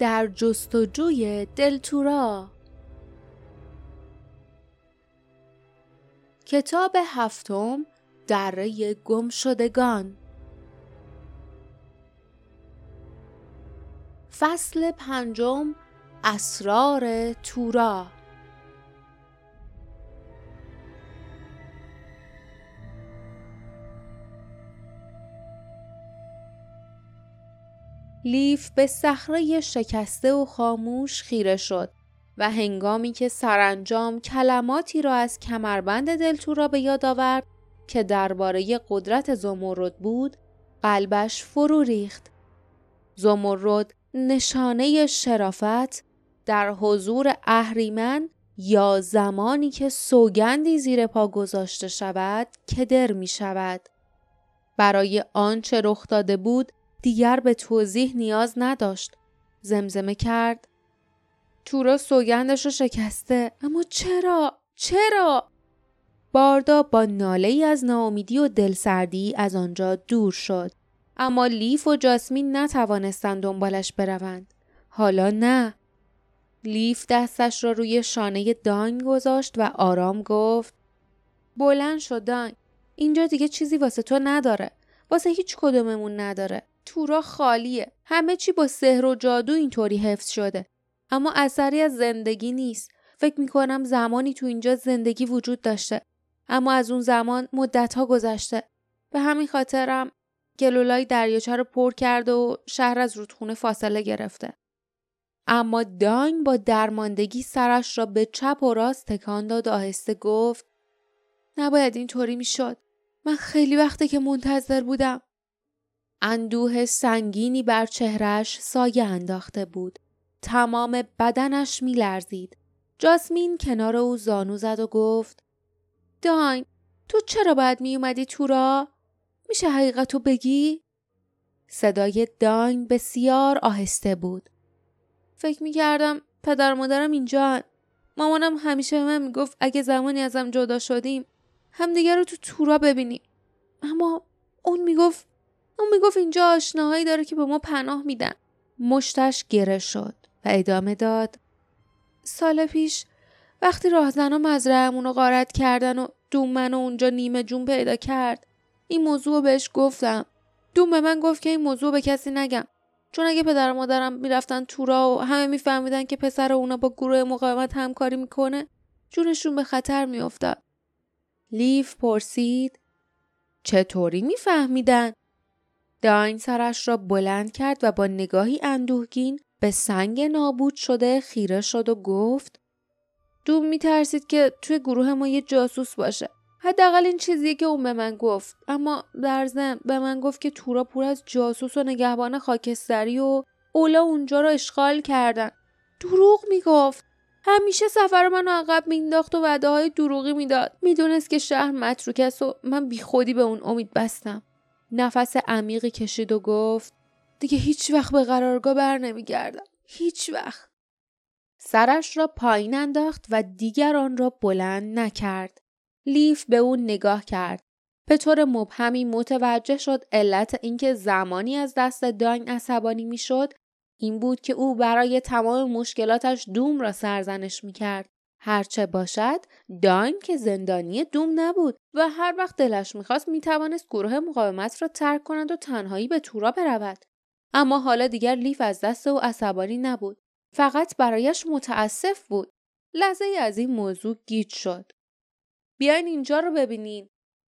در جستجوی دلتورا. کتاب هفتم، دره گمشدگان. فصل پنجم، اسرار تورا. لیف به صخره شکسته و خاموش خیره شد و هنگامی که سرانجام کلماتی را از کمربند دلتورا به یاد آورد که درباره قدرت زمرد بود، قلبش فرو ریخت. زمرد نشانه شرافت در حضور اهریمن یا زمانی که سوگندی زیر پا گذاشته شود کدر می شود. برای آنچه رخ داده بود دیگر به توضیح نیاز نداشت. زمزمه کرد: تورا سوگندش رو شکسته، اما چرا؟ باردا با ناله‌ای از ناامیدی و دلسردی از آنجا دور شد. اما لیف و جاسمین نتوانستند دنبالش بروند. حالا نه. لیف دستش را روی شانه داین گذاشت و آرام گفت: بلند شو داین. اینجا دیگه چیزی واسه تو نداره. واسه هیچ کدوممون نداره. تورا خالیه. همه چی با سحر و جادو اینطوری حفظ شده. اما اثری از زندگی نیست. فکر میکنم زمانی تو اینجا زندگی وجود داشته. اما از اون زمان مدت‌ها گذشته. به همین خاطرم گلولای دریاچه رو پر کرده و شهر از رودخونه فاصله گرفته. اما داین با درماندگی سرش را به چپ و راست تکان داد و آهسته گفت: نباید اینطوری میشد. من خیلی وقته که منتظر بودم. اندوه سنگینی بر چهرهش سایه انداخته بود. تمام بدنش میلرزید. جاسمین کنار او زانو زد و گفت: داین، تو چرا باید میومدی تورا؟ میشه حقیقتو بگی؟ صدای داین بسیار آهسته بود. فکر میکردم پدر مادرم اینجا. مامانم همیشه به من میگفت اگه زمانی ازم جدا شدیم همدیگه رو تو تورا ببینیم. اما اون میگفت اینجا آشناهایی داره که به ما پناه میدن. مشتش گره شد و ادامه داد: سال پیش وقتی راهزنا مزرعه‌مون رو غارت کردن و دوم منو اونجا نیمه جون پیدا کرد، این موضوع رو بهش گفتم. دوم به من گفت که این موضوع به کسی نگم، چون اگه پدر و مادرم میرفتن تورا و همه میفهمیدن که پسر اونا با گروه مقاومت همکاری میکنه، جونشون به خطر میافتاد. لیف پرسید: چطوری میفهمیدن؟ داین سرش را بلند کرد و با نگاهی اندوهگین به سنگ نابود شده خیره شد و گفت: دوم میترسید که توی گروه ما یه جاسوس باشه. حداقل این چیزیه که اون به من گفت. اما در ضمن به من گفت که تورا پر از جاسوس و نگهبان خاکستری و اولا اونجا رو اشغال کردن. دروغ میگفت. همیشه سفر منو عقب مینداخت و وعده‌های دروغی میداد. میدونست که شهر متروک است و من بیخودی به اون امید بستم. نفس عمیقی کشید و گفت: دیگه هیچ وقت به قرارگاه بر نمیگردم. هیچ وقت. سرش را پایین انداخت و دیگر آن را بلند نکرد. لیف به اون نگاه کرد. به طور مبهمی متوجه شد علت اینکه زمانی از دست داین عصبانی میشد این بود که او برای تمام مشکلاتش دوم را سرزنش میکرد. هرچه باشد داین که زندانی دوم نبود و هر وقت دلش میخواست میتوانست گروه مقاومت را ترک کند و تنهایی به تورا برود. اما حالا دیگر لیف از دست او عصبانی نبود. فقط برایش متاسف بود. لحظه‌ای از این موضوع گیج شد. بیاین اینجا رو ببینین.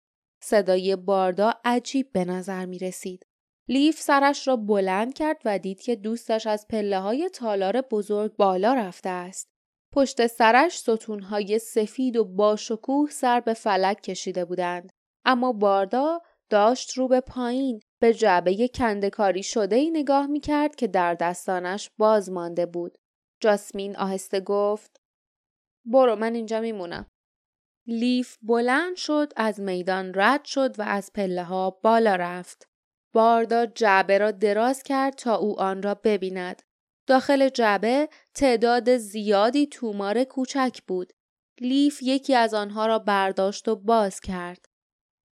صدای باردا عجیب به نظر می رسید. لیف سرش را بلند کرد و دید که دوستش از پله‌های تالار بزرگ بالا رفته است. پشت سرش ستونهای سفید و باشکوه سر به فلک کشیده بودند. اما باردا داشت رو به پایین به جعبه کنده‌کاری شده‌ای نگاه می‌کرد که در دستانش باز مانده بود. جاسمین آهسته گفت: برو، من اینجا میمونم. لیف بلند شد، از میدان رد شد و از پله‌ها بالا رفت. باردا جعبه را دراز کرد تا او آن را ببیند. داخل جعبه تعداد زیادی تومار کوچک بود. لیف یکی از آنها را برداشت و باز کرد.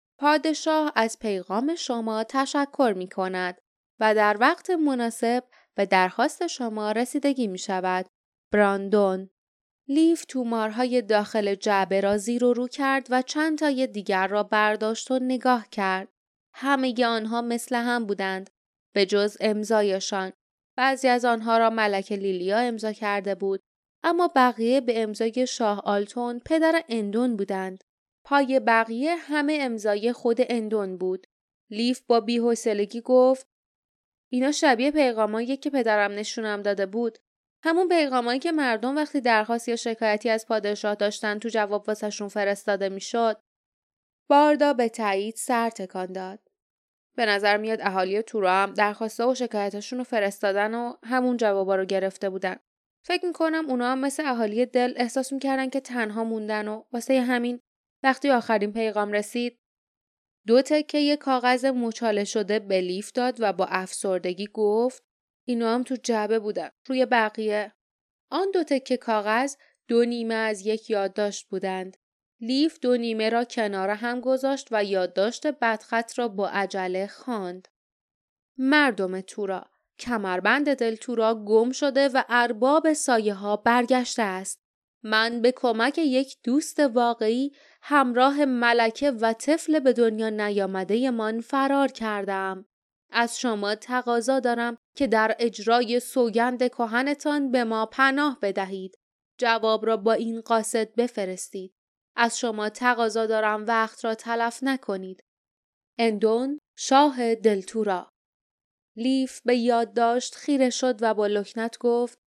پادشاه از پیغام شما تشکر می کند و در وقت مناسب و درخواست شما رسیدگی می شود. براندون. لیف تومارهای داخل جعبه را زیر و رو کرد و چند تای دیگر را برداشت و نگاه کرد. همه آنها مثل هم بودند، به جز امضایشان. بعضی از آنها را ملکه لیلیا امضا کرده بود، اما بقیه به امضای شاه آلتون پدر اندون بودند. پای بقیه همه امضای خود اندون بود. لیف با بی‌حوصلگی گفت: اینا شبیه پیغامایی که پدرم نشونم داده بود. همون پیغامایی که مردم وقتی درخواست یا شکایتی از پادشاه داشتن تو جواب واسهشون فرستاده میشد. باردا به تایید سر تکان داد. به نظر میاد اهالی تورا هم درخواستا و شکایتاشون رو فرستادن و همون جوابا رو گرفته بودن. فکر میکنم اونا هم مثل اهالی دل احساس میکردن که تنها موندن و واسه همین وقتی آخرین پیغام رسید 2 تکه کاغذ مچاله شده به لیف داد و با افسردگی گفت: اینا هم تو جعبه بودن، روی بقیه. آن 2 تکه کاغذ 2 نیمه از یک یادداشت بودند. لیف 2 نیمه را کنار هم گذاشت و یادداشت بدخط را با عجله خواند. مردم تورا، کمربند دلتورا گم شده و ارباب سایه ها برگشته است. من به کمک یک دوست واقعی همراه ملکه و طفل به دنیا نیامده من فرار کردم. از شما تقاضا دارم که در اجرای سوگند کهنتان به ما پناه بدهید. جواب را با این قاصد بفرستید. از شما تقاضا دارم وقت را تلف نکنید. اندون، شاه دلتورا. لیف به یادداشت خیره شد و با لکنت گفت: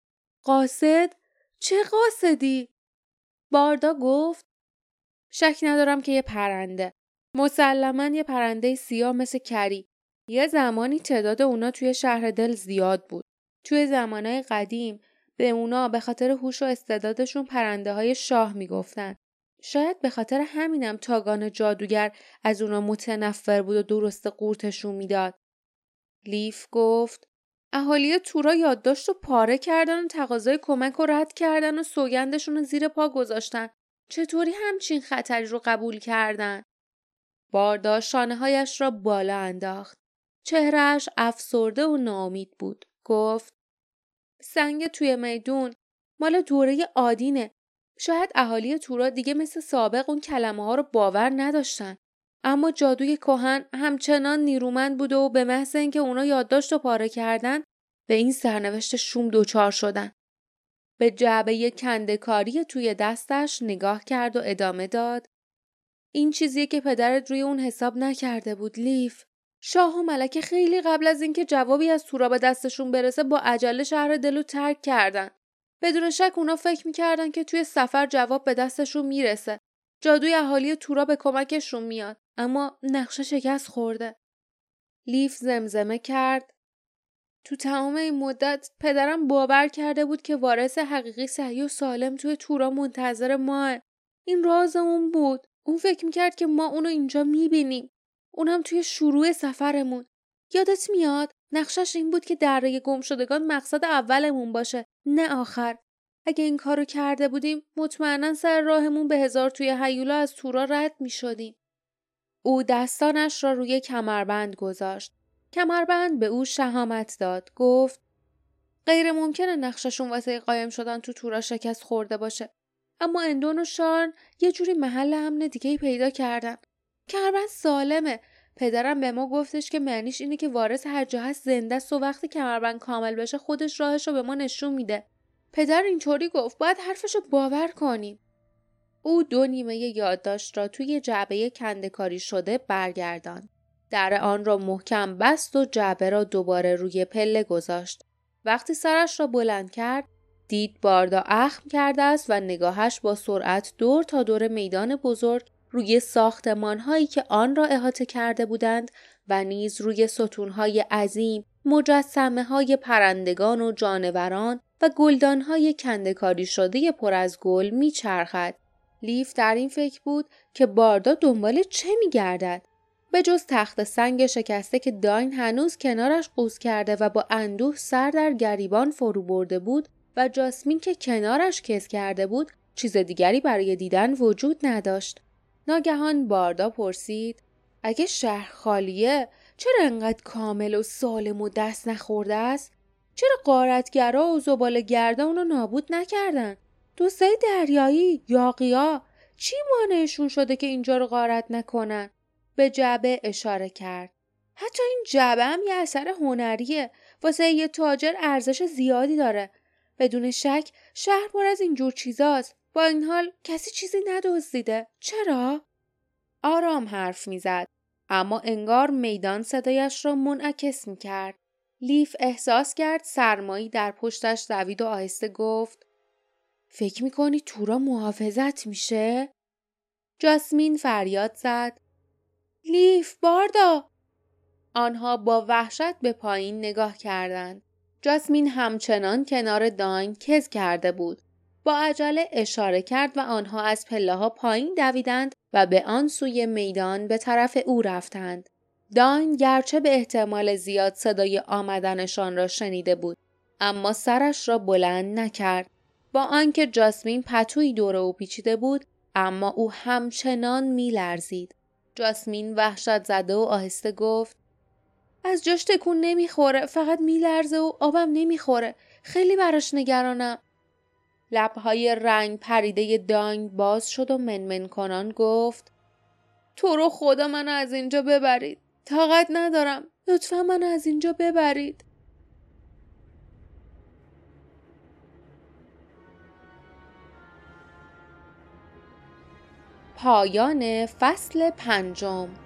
قاصد؟ چه قاصدی؟ باردا گفت: شک ندارم که یه پرنده. مسلماً یه پرنده سیاه مثل کری. یه زمانی تعداد اونا توی شهر دل زیاد بود. توی زمانهای قدیم به اونا به خاطر هوش و استعدادشون پرنده های شاه میگفتن. شاید به خاطر همینم تاگان جادوگر از اونا متنفر بود و درست قورتشون میداد. لیف گفت: اهالی تورا یادداشت رو پاره کردن و تقاضای کمک رو رد کردن و سوگندشون رو زیر پا گذاشتن. چطوری همچین خطری رو قبول کردن؟ باردا شانه‌هایش را بالا انداخت. چهرهش افسرده و ناامید بود. گفت: سنگ توی میدون مال دوره آدینه. شاید اهالی تورا دیگه مثل سابق اون کلمه ها رو باور نداشتن. اما جادوی کهن همچنان نیرومند بوده و به محض اینکه اونا یادداشت رو پاره کردن به این سرنوشت شوم دوچار شدن. به جعبه کنده‌کاری توی دستش نگاه کرد و ادامه داد: این چیزیه که پدرت روی اون حساب نکرده بود لیف. شاه و ملکه خیلی قبل از اینکه جوابی از تورا به دستشون برسه با عجله شهر دلو ترک کردن. بدون شک اونا فکر میکردن که توی سفر جواب به دستشون میرسه. جادوی اهالی تورا به کمکشون میاد. اما نقشه شکست خورده. لیف زمزمه کرد: تو تمام این مدت پدرم باور کرده بود که وارث حقیقی صحیح و سالم توی تورا منتظر ماه. این رازمون بود. اون فکر میکرد که ما اونو اینجا میبینیم. اونم توی شروع سفرمون. یادت میاد؟ نقشش این بود که دره گمشدگان مقصد اولمون باشه، نه آخر. اگه این کارو کرده بودیم مطمئناً سر راهمون به 1000 توی هیولا از تورا رد میشدیم. او دستانش را روی کمربند گذاشت. کمربند به او شهامت داد. گفت: غیر ممکنه نقششون واسه قایم شدن تو تورا شکست خورده باشه. اما اندون و شارن یه جوری محل امن دیگه‌ای پیدا کردن. کمربند سالمه. پدرم به ما گفتش که معنیش اینه که وارث هر جا هست زنده است و وقتی کمربند کامل بشه خودش راهشو به ما نشون میده. پدر اینطوری گفت. باید حرفشو باور کنیم. او 2 نیمه یادداشت را توی جعبه کنده‌کاری شده برگرداند. در آن را محکم بست و جعبه را دوباره روی پله گذاشت. وقتی سرش را بلند کرد، دید باردا اخم کرده است و نگاهش با سرعت دور تا دور میدان بزرگ روی ساختمان‌هایی که آن را احاطه کرده بودند و نیز روی ستون‌های عظیم، مجسمه‌های پرندگان و جانوران و گلدان‌های کنده‌کاری شده پر از گل می‌چرخد. لیف در این فکر بود که باردا دنبال چه می‌گردد. به جز تخت سنگ شکسته که داین هنوز کنارش قوز کرده و با اندوه سر در گریبان فرو برده بود و جاسمین که کنارش کس کرده بود، چیز دیگری برای دیدن وجود نداشت. ناگهان باردا پرسید: اگه شهر خالیه چرا انقدر کامل و سالم و دست نخورده است؟ چرا غارتگرا و زباله‌گردا اونو نابود نکردن؟ دوستای دریایی، یاغی‌ها، چی مانعشون شده که اینجا رو غارت نکنن؟ به جعبه اشاره کرد. حتی این جعبه هم یه اثر هنریه. واسه یه تاجر ارزش زیادی داره. بدون شک شهر پر از اینجور چیزاست. با این حال کسی چیزی ندزدیده. چرا؟ آرام حرف میزد. اما انگار میدان صدایش را منعکس میکرد. لیف احساس کرد سرمایی در پشتش دوید و آهسته گفت فکر میکنی تورا محافظت میشه؟ جاسمین فریاد زد لیف باردا! آنها با وحشت به پایین نگاه کردند. جاسمین همچنان کنار داین کز کرده بود. با عجله اشاره کرد و آنها از پله‌ها پایین دویدند و به آن سوی میدان به طرف او رفتند. داین گرچه به احتمال زیاد صدای آمدنشان را شنیده بود، اما سرش را بلند نکرد. با آنکه جاسمین پتویی دور او پیچیده بود، اما او همچنان می‌لرزید. جاسمین وحشت زده و آهسته گفت از جاش تکون نمیخوره، فقط میلرزه و آبم نمیخوره. خیلی براش نگرانم. لبهای رنگ پریده داین باز شد و منمن کنان گفت تو رو خدا منو از اینجا ببرید. طاقت ندارم. لطفا منو از اینجا ببرید. پایان فصل 5.